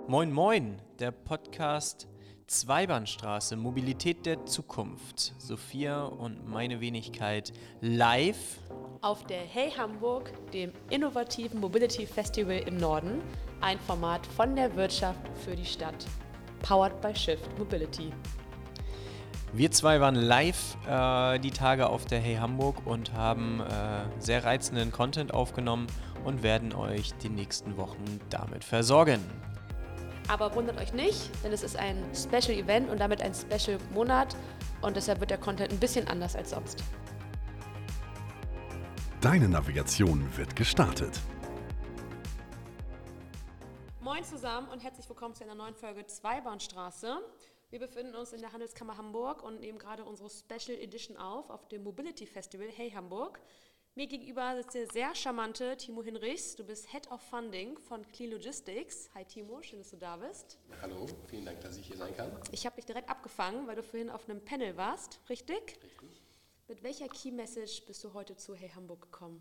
Moin Moin, der Podcast Zweibahnstraße, Mobilität der Zukunft. Sophia und meine Wenigkeit live auf der Hey Hamburg, dem innovativen Mobility Festival im Norden, ein Format von der Wirtschaft für die Stadt. Powered by Shift Mobility. Wir zwei waren live die Tage auf der Hey Hamburg und haben sehr reizenden Content aufgenommen und werden euch die nächsten Wochen damit versorgen. Aber wundert euch nicht, denn es ist ein Special Event und damit ein Special Monat und deshalb wird der Content ein bisschen anders als sonst. Deine Navigation wird gestartet. Moin zusammen und herzlich willkommen zu einer neuen Folge Zweibahnstraße. Wir befinden uns in der Handelskammer Hamburg und nehmen gerade unsere Special Edition auf dem Mobility Festival Hey Hamburg. Mir gegenüber sitzt der sehr charmante Timo Hinrichs. Du bist Head of Funding von Clean Logistics. Hi Timo, schön, dass du da bist. Hallo, vielen Dank, dass ich hier sein kann. Ich habe dich direkt abgefangen, weil du vorhin auf einem Panel warst, richtig? Richtig. Mit welcher Key Message bist du heute zu Hey Hamburg gekommen?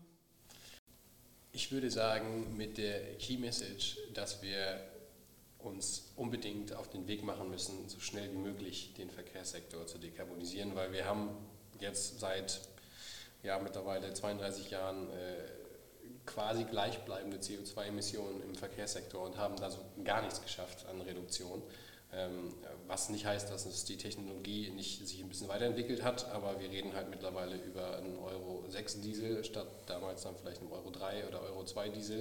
Ich würde sagen, mit der Key Message, dass wir uns unbedingt auf den Weg machen müssen, so schnell wie möglich den Verkehrssektor zu dekarbonisieren, weil wir haben jetzt seit mittlerweile 32 Jahren quasi gleichbleibende CO2-Emissionen im Verkehrssektor und haben da so gar nichts geschafft an Reduktion. Was nicht heißt, dass es die Technologie nicht sich ein bisschen weiterentwickelt hat, aber wir reden halt mittlerweile über einen Euro 6 Diesel statt damals dann vielleicht einem Euro 3 oder Euro 2 Diesel.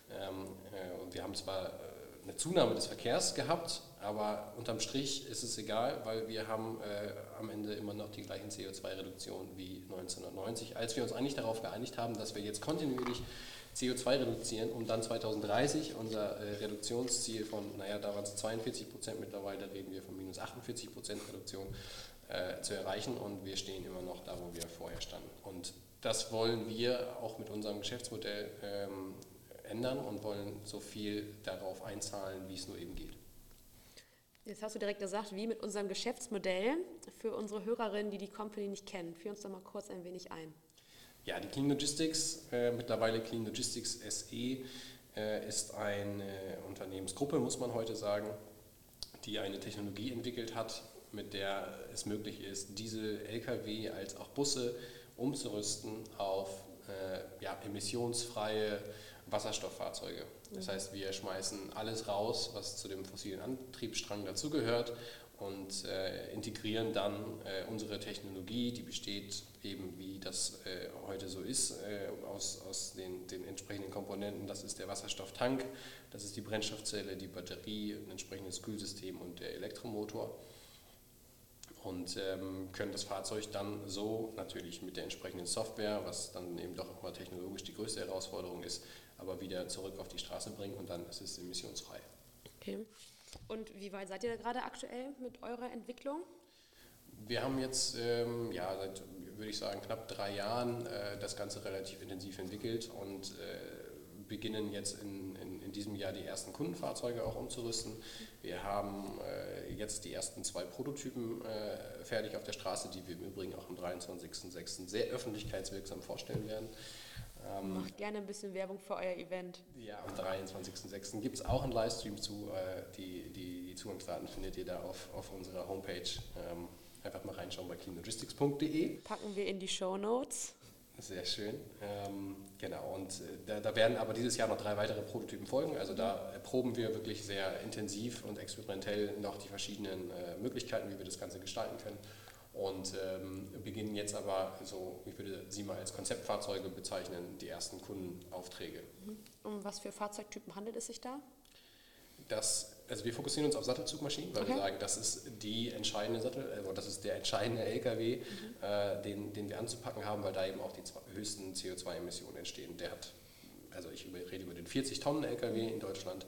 Und wir haben zwar eine Zunahme des Verkehrs gehabt, aber unterm Strich ist es egal, weil wir haben am Ende immer noch die gleichen CO2-Reduktionen wie 1990, als wir uns eigentlich darauf geeinigt haben, dass wir jetzt kontinuierlich CO2 reduzieren, um dann 2030 unser Reduktionsziel von, da waren es 42%, mittlerweile reden wir von minus 48% Reduktion zu erreichen und wir stehen immer noch da, wo wir vorher standen. Und das wollen wir auch mit unserem Geschäftsmodell ändern und wollen so viel darauf einzahlen, wie es nur eben geht. Jetzt hast du direkt gesagt, wie mit unserem Geschäftsmodell. Für unsere Hörerinnen, die die Company nicht kennen, führ uns doch mal kurz ein wenig ein. Ja, die Clean Logistics, mittlerweile Clean Logistics SE, ist eine Unternehmensgruppe, muss man heute sagen, die eine Technologie entwickelt hat, mit der es möglich ist, diese Lkw als auch Busse umzurüsten auf emissionsfreie Wasserstofffahrzeuge. Das heißt, wir schmeißen alles raus, was zu dem fossilen Antriebsstrang dazugehört und integrieren dann unsere Technologie, die besteht eben, wie das heute so ist, aus den entsprechenden Komponenten. Das ist der Wasserstofftank, das ist die Brennstoffzelle, die Batterie, ein entsprechendes Kühlsystem und der Elektromotor. Und können das Fahrzeug dann so, natürlich mit der entsprechenden Software, was dann eben doch auch mal technologisch die größte Herausforderung ist, aber wieder zurück auf die Straße bringen und dann ist es emissionsfrei. Okay. Und wie weit seid ihr da gerade aktuell mit eurer Entwicklung? Wir haben jetzt seit, würde ich sagen, knapp 3 Jahren das Ganze relativ intensiv entwickelt und beginnen jetzt in diesem Jahr die ersten Kundenfahrzeuge auch umzurüsten. Wir haben jetzt die ersten 2 Prototypen fertig auf der Straße, die wir im Übrigen auch am 23.06. sehr öffentlichkeitswirksam vorstellen werden. Macht gerne ein bisschen Werbung für euer Event. Ja, am 23.06. gibt es auch einen Livestream zu. Die Zugangsdaten findet ihr da auf unserer Homepage. Einfach mal reinschauen bei cleanlogistics.de. Packen wir in die Shownotes. Sehr schön. Genau, und da werden aber dieses Jahr noch 3 weitere Prototypen folgen. Also da erproben wir wirklich sehr intensiv und experimentell noch die verschiedenen Möglichkeiten, wie wir das Ganze gestalten können. Und beginnen jetzt aber so, ich würde sie mal als Konzeptfahrzeuge bezeichnen, die ersten Kundenaufträge. Um was für Fahrzeugtypen handelt es sich da? Also wir fokussieren uns auf Sattelzugmaschinen, weil wir sagen, das ist der entscheidende LKW, den wir anzupacken haben, weil da eben auch die höchsten CO2-Emissionen entstehen. Ich rede über den 40-Tonnen-LKW in Deutschland.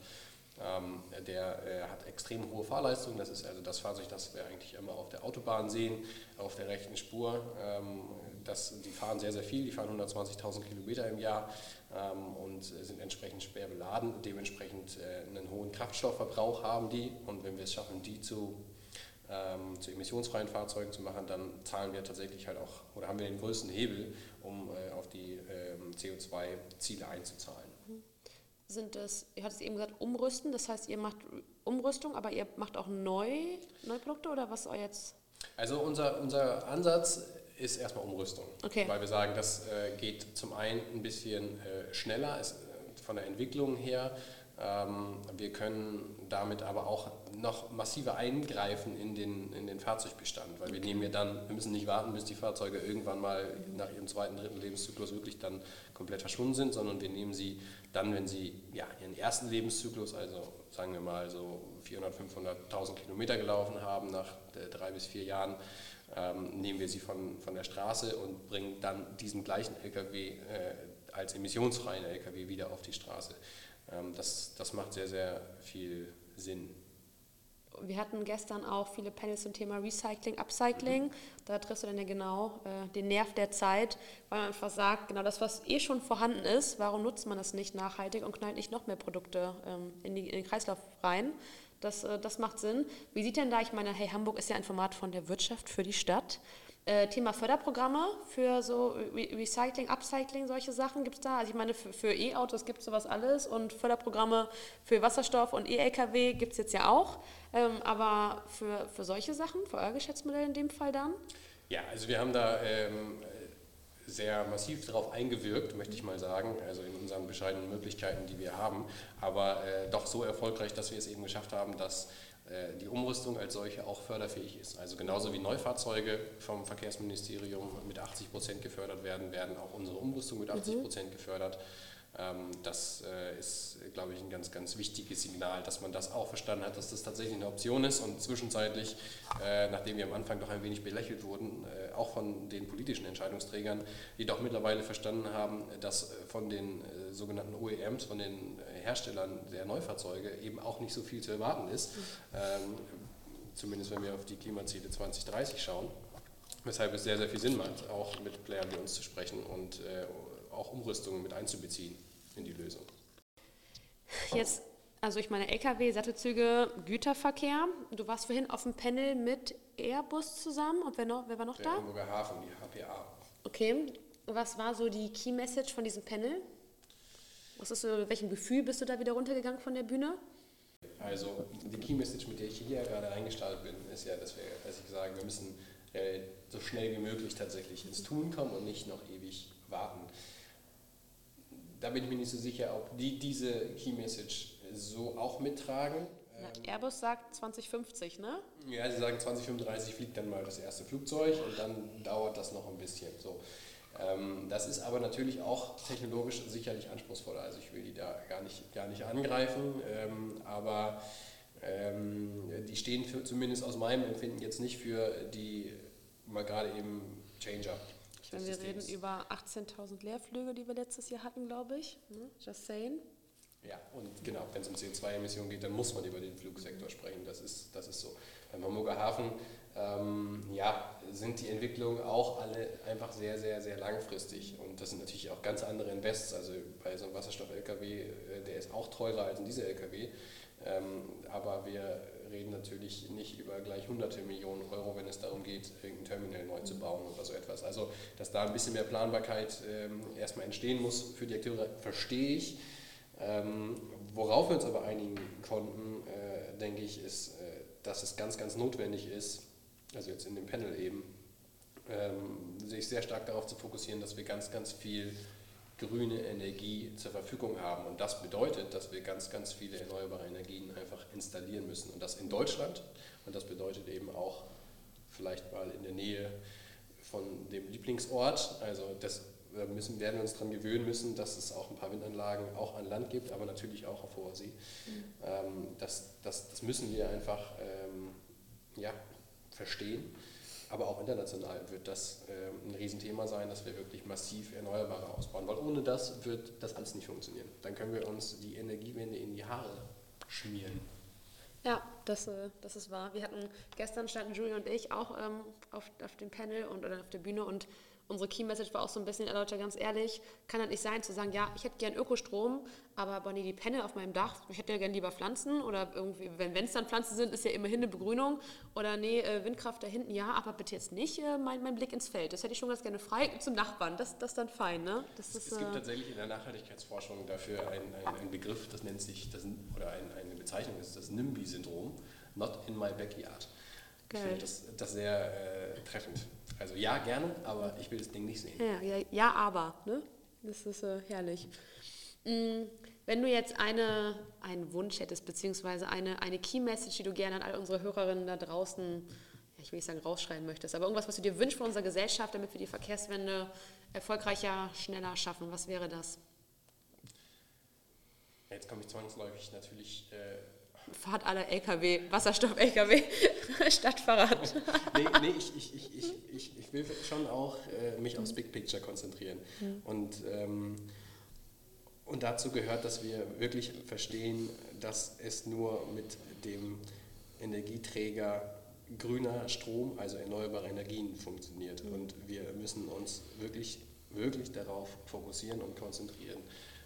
Der hat extrem hohe Fahrleistung. Das ist also das Fahrzeug, das wir eigentlich immer auf der Autobahn sehen, auf der rechten Spur. Die fahren sehr, sehr viel, die fahren 120.000 Kilometer im Jahr und sind entsprechend schwer beladen, dementsprechend einen hohen Kraftstoffverbrauch haben die. Und wenn wir es schaffen, die zu emissionsfreien Fahrzeugen zu machen, dann zahlen wir tatsächlich halt auch, oder haben wir den größten Hebel, um auf die CO2-Ziele einzuzahlen. ihr hattet es eben gesagt, umrüsten, das heißt, ihr macht Umrüstung, aber ihr macht auch neue Produkte oder was ist jetzt? Also unser Ansatz ist erstmal Umrüstung, Okay. weil wir sagen, das geht zum einen ein bisschen schneller von der Entwicklung her. Wir können damit aber auch noch massiver eingreifen in den Fahrzeugbestand, weil wir müssen nicht warten, bis die Fahrzeuge irgendwann mal nach ihrem zweiten, dritten Lebenszyklus wirklich dann komplett verschwunden sind, sondern wir nehmen sie dann, wenn sie ihren ersten Lebenszyklus, also sagen wir mal so 400, 500.000 Kilometer gelaufen haben, nach 3 bis 4 Jahren, nehmen wir sie von der Straße und bringen dann diesen gleichen LKW als emissionsfreien LKW wieder auf die Straße. Das macht sehr, sehr viel Sinn. Wir hatten gestern auch viele Panels zum Thema Recycling, Upcycling. Da triffst du dann ja genau den Nerv der Zeit, weil man einfach sagt, genau das, was schon vorhanden ist, warum nutzt man das nicht nachhaltig und knallt nicht noch mehr Produkte in den Kreislauf rein? Das macht Sinn. Wie sieht denn da, ich meine, hey, Hamburg ist ja ein Format von der Wirtschaft für die Stadt. Thema Förderprogramme für so Recycling, Upcycling, solche Sachen gibt es da? Also ich meine, für E-Autos gibt es sowas alles und Förderprogramme für Wasserstoff und E-Lkw gibt es jetzt ja auch. Aber für solche Sachen, für euer Geschäftsmodell in dem Fall dann? Ja, also wir haben da sehr massiv darauf eingewirkt, möchte ich mal sagen, also in unseren bescheidenen Möglichkeiten, die wir haben, aber doch so erfolgreich, dass wir es eben geschafft haben, dass die Umrüstung als solche auch förderfähig ist. Also genauso wie Neufahrzeuge vom Verkehrsministerium mit 80% gefördert werden, werden auch unsere Umrüstung mit 80% gefördert. Das ist, glaube ich, ein ganz, ganz wichtiges Signal, dass man das auch verstanden hat, dass das tatsächlich eine Option ist und zwischenzeitlich, nachdem wir am Anfang doch ein wenig belächelt wurden, auch von den politischen Entscheidungsträgern, die doch mittlerweile verstanden haben, dass von den sogenannten OEMs, von den Herstellern der Neufahrzeuge eben auch nicht so viel zu erwarten ist, zumindest wenn wir auf die Klimaziele 2030 schauen, weshalb es sehr, sehr viel Sinn macht, auch mit Playern wie uns zu sprechen und auch Umrüstungen mit einzubeziehen in die Lösung. Jetzt, also ich meine LKW, Sattelzüge, Güterverkehr. Du warst vorhin auf dem Panel mit Airbus zusammen und wer war noch Der da? Hamburger Hafen, die HPA. Okay, was war so die Key Message von diesem Panel? Mit welchem Gefühl bist du da wieder runtergegangen von der Bühne? Also die Key Message, mit der ich hier gerade reingestartet bin, ist ja, dass ich sage, wir müssen so schnell wie möglich tatsächlich ins Tun kommen und nicht noch ewig warten. Da bin ich mir nicht so sicher, ob die diese Key Message so auch mittragen. Airbus sagt 2050, ne? Ja, sie sagen 2035 fliegt dann mal das erste Flugzeug und dann dauert das noch ein bisschen. So. Das ist aber natürlich auch technologisch sicherlich anspruchsvoller. Also ich will die da gar nicht angreifen, aber die stehen zumindest aus meinem Empfinden jetzt nicht für die mal gerade eben Changer. Wir reden über 18.000 Leerflüge, die wir letztes Jahr hatten, glaube ich. Just saying. Ja, und genau, wenn es um CO2-Emissionen geht, dann muss man über den Flugsektor sprechen. Das ist so. Beim Hamburger Hafen sind die Entwicklungen auch alle einfach sehr, sehr, sehr langfristig. Und das sind natürlich auch ganz andere Invests. Also bei so einem Wasserstoff-LKW, der ist auch teurer als ein Diesel-LKW. Aber wir reden natürlich nicht über gleich hunderte Millionen Euro, wenn es darum geht, irgendein Terminal neu zu bauen oder so etwas. Also, dass da ein bisschen mehr Planbarkeit erstmal entstehen muss für die Akteure, verstehe ich. Worauf wir uns aber einigen konnten, denke ich, ist, dass es ganz, ganz notwendig ist, also jetzt in dem Panel eben, sich sehr stark darauf zu fokussieren, dass wir ganz, ganz viel grüne Energie zur Verfügung haben. Und das bedeutet, dass wir ganz, ganz viele erneuerbare Energien einfach installieren müssen. Und das in Deutschland. Und das bedeutet eben auch vielleicht mal in der Nähe von dem Lieblingsort. Also werden wir uns daran gewöhnen müssen, dass es auch ein paar Windanlagen auch an Land gibt, aber natürlich auch auf hoher See. Das müssen wir einfach verstehen. Aber auch international wird das ein Riesenthema sein, dass wir wirklich massiv Erneuerbare ausbauen, weil ohne das wird das alles nicht funktionieren. Dann können wir uns die Energiewende in die Haare schmieren. Ja, das ist wahr. Gestern standen Julie und ich auch auf dem Panel oder auf der Bühne und unsere Key Message war auch so ein bisschen, Leute, ganz ehrlich, kann das nicht sein, zu sagen, ja, ich hätte gern Ökostrom, aber nee, die Panel auf meinem Dach, ich hätte ja gern lieber Pflanzen oder irgendwie, wenn es dann Pflanzen sind, ist ja immerhin eine Begrünung oder nee, Windkraft da hinten, ja, aber bitte jetzt nicht mein Blick ins Feld. Das hätte ich schon ganz gerne frei zum Nachbarn, das ist dann fein, ne? Es gibt tatsächlich in der Nachhaltigkeitsforschung dafür einen Begriff, das nennt sich, eine Bezeichnung ist das NIMBY-Syndrom, Not in my backyard. Ich finde das sehr treffend. Also ja, gerne, aber ich will das Ding nicht sehen. Ja, aber, ne? Das ist herrlich. Wenn du jetzt einen Wunsch hättest, beziehungsweise eine Key-Message, die du gerne an all unsere Hörerinnen da draußen, ich will nicht sagen rausschreien möchtest, aber irgendwas, was du dir wünschst von unserer Gesellschaft, damit wir die Verkehrswende erfolgreicher, schneller schaffen, was wäre das? Jetzt komme ich zwangsläufig natürlich... Fahrt alle LKW, Wasserstoff-LKW statt Fahrrad. Nee, ich will schon auch mich aufs Big Picture konzentrieren. Und dazu gehört, dass wir wirklich verstehen, dass es nur mit dem Energieträger grüner Strom, also erneuerbare Energien, funktioniert. Und wir müssen uns wirklich darauf fokussieren und konzentrieren,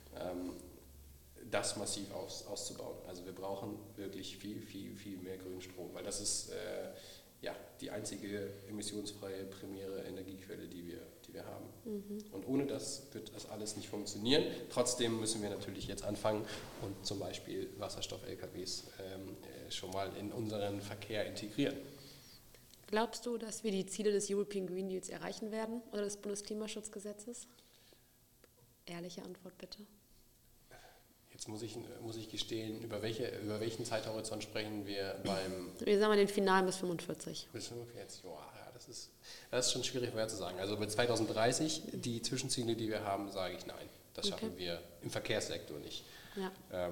das massiv auszubauen. Also wir brauchen wirklich viel mehr grünen Strom, weil das ist die einzige emissionsfreie primäre Energiequelle, die wir haben. Und ohne das wird das alles nicht funktionieren. Trotzdem müssen wir natürlich jetzt anfangen und zum Beispiel Wasserstoff-LKWs schon mal in unseren Verkehr integrieren. Glaubst du, dass wir die Ziele des European Green Deals erreichen werden oder des Bundesklimaschutzgesetzes? Ehrliche Antwort bitte. Jetzt muss ich gestehen, über welchen Zeithorizont sprechen wir beim... Wir sagen mal den Finalen bis 45. Bis 45, ja, das ist schon schwierig vorherzusagen. Also bei 2030, die Zwischenziele, die wir haben, sage ich nein. Das schaffen wir im Verkehrssektor nicht. Ja.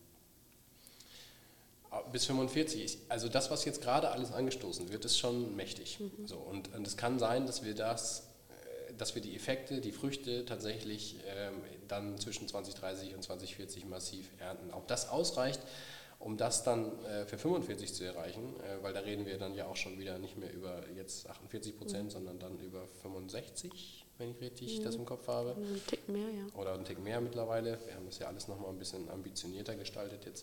Bis 45, also das, was jetzt gerade alles angestoßen wird, ist schon mächtig. So, und es kann sein, dass wir die Effekte, die Früchte tatsächlich dann zwischen 2030 und 2040 massiv ernten. Ob das ausreicht, um das dann für 45 zu erreichen, weil da reden wir dann ja auch schon wieder nicht mehr über jetzt 48%, sondern dann über 65, wenn ich richtig das im Kopf habe. Ein Tick mehr, ja. Oder ein Tick mehr mittlerweile. Wir haben das ja alles nochmal ein bisschen ambitionierter gestaltet jetzt.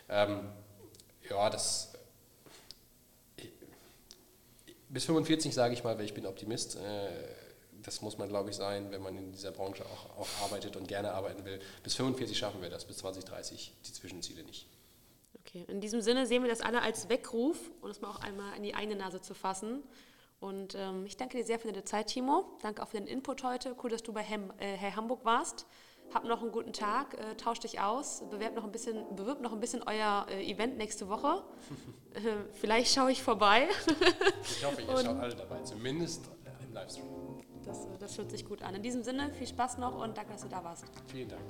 Bis 45 sage ich mal, weil ich bin Optimist. Das muss man, glaube ich, sein, wenn man in dieser Branche auch arbeitet und gerne arbeiten will. Bis 45 schaffen wir das, bis 2030 die Zwischenziele nicht. Okay, in diesem Sinne sehen wir das alle als Weckruf, um das mal auch einmal in die eigene Nase zu fassen. Und ich danke dir sehr für deine Zeit, Timo. Danke auch für den Input heute. Cool, dass du bei Hey Hamburg warst. Hab noch einen guten Tag, tausch dich aus, bewirb noch ein bisschen euer Event nächste Woche. Vielleicht schaue ich vorbei. Ich hoffe, ihr schaut alle dabei, zumindest im Livestream. Das hört sich gut an. In diesem Sinne, viel Spaß noch und danke, dass du da warst. Vielen Dank.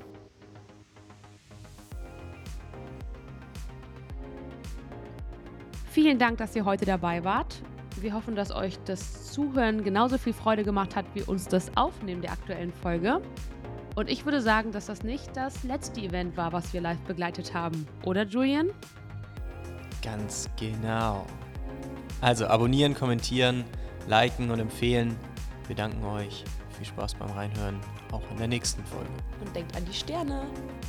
Vielen Dank, dass ihr heute dabei wart. Wir hoffen, dass euch das Zuhören genauso viel Freude gemacht hat, wie uns das Aufnehmen der aktuellen Folge. Und ich würde sagen, dass das nicht das letzte Event war, was wir live begleitet haben. Oder, Julian? Ganz genau. Also abonnieren, kommentieren, liken und empfehlen. Wir danken euch. Viel Spaß beim Reinhören, auch in der nächsten Folge. Und denkt an die Sterne.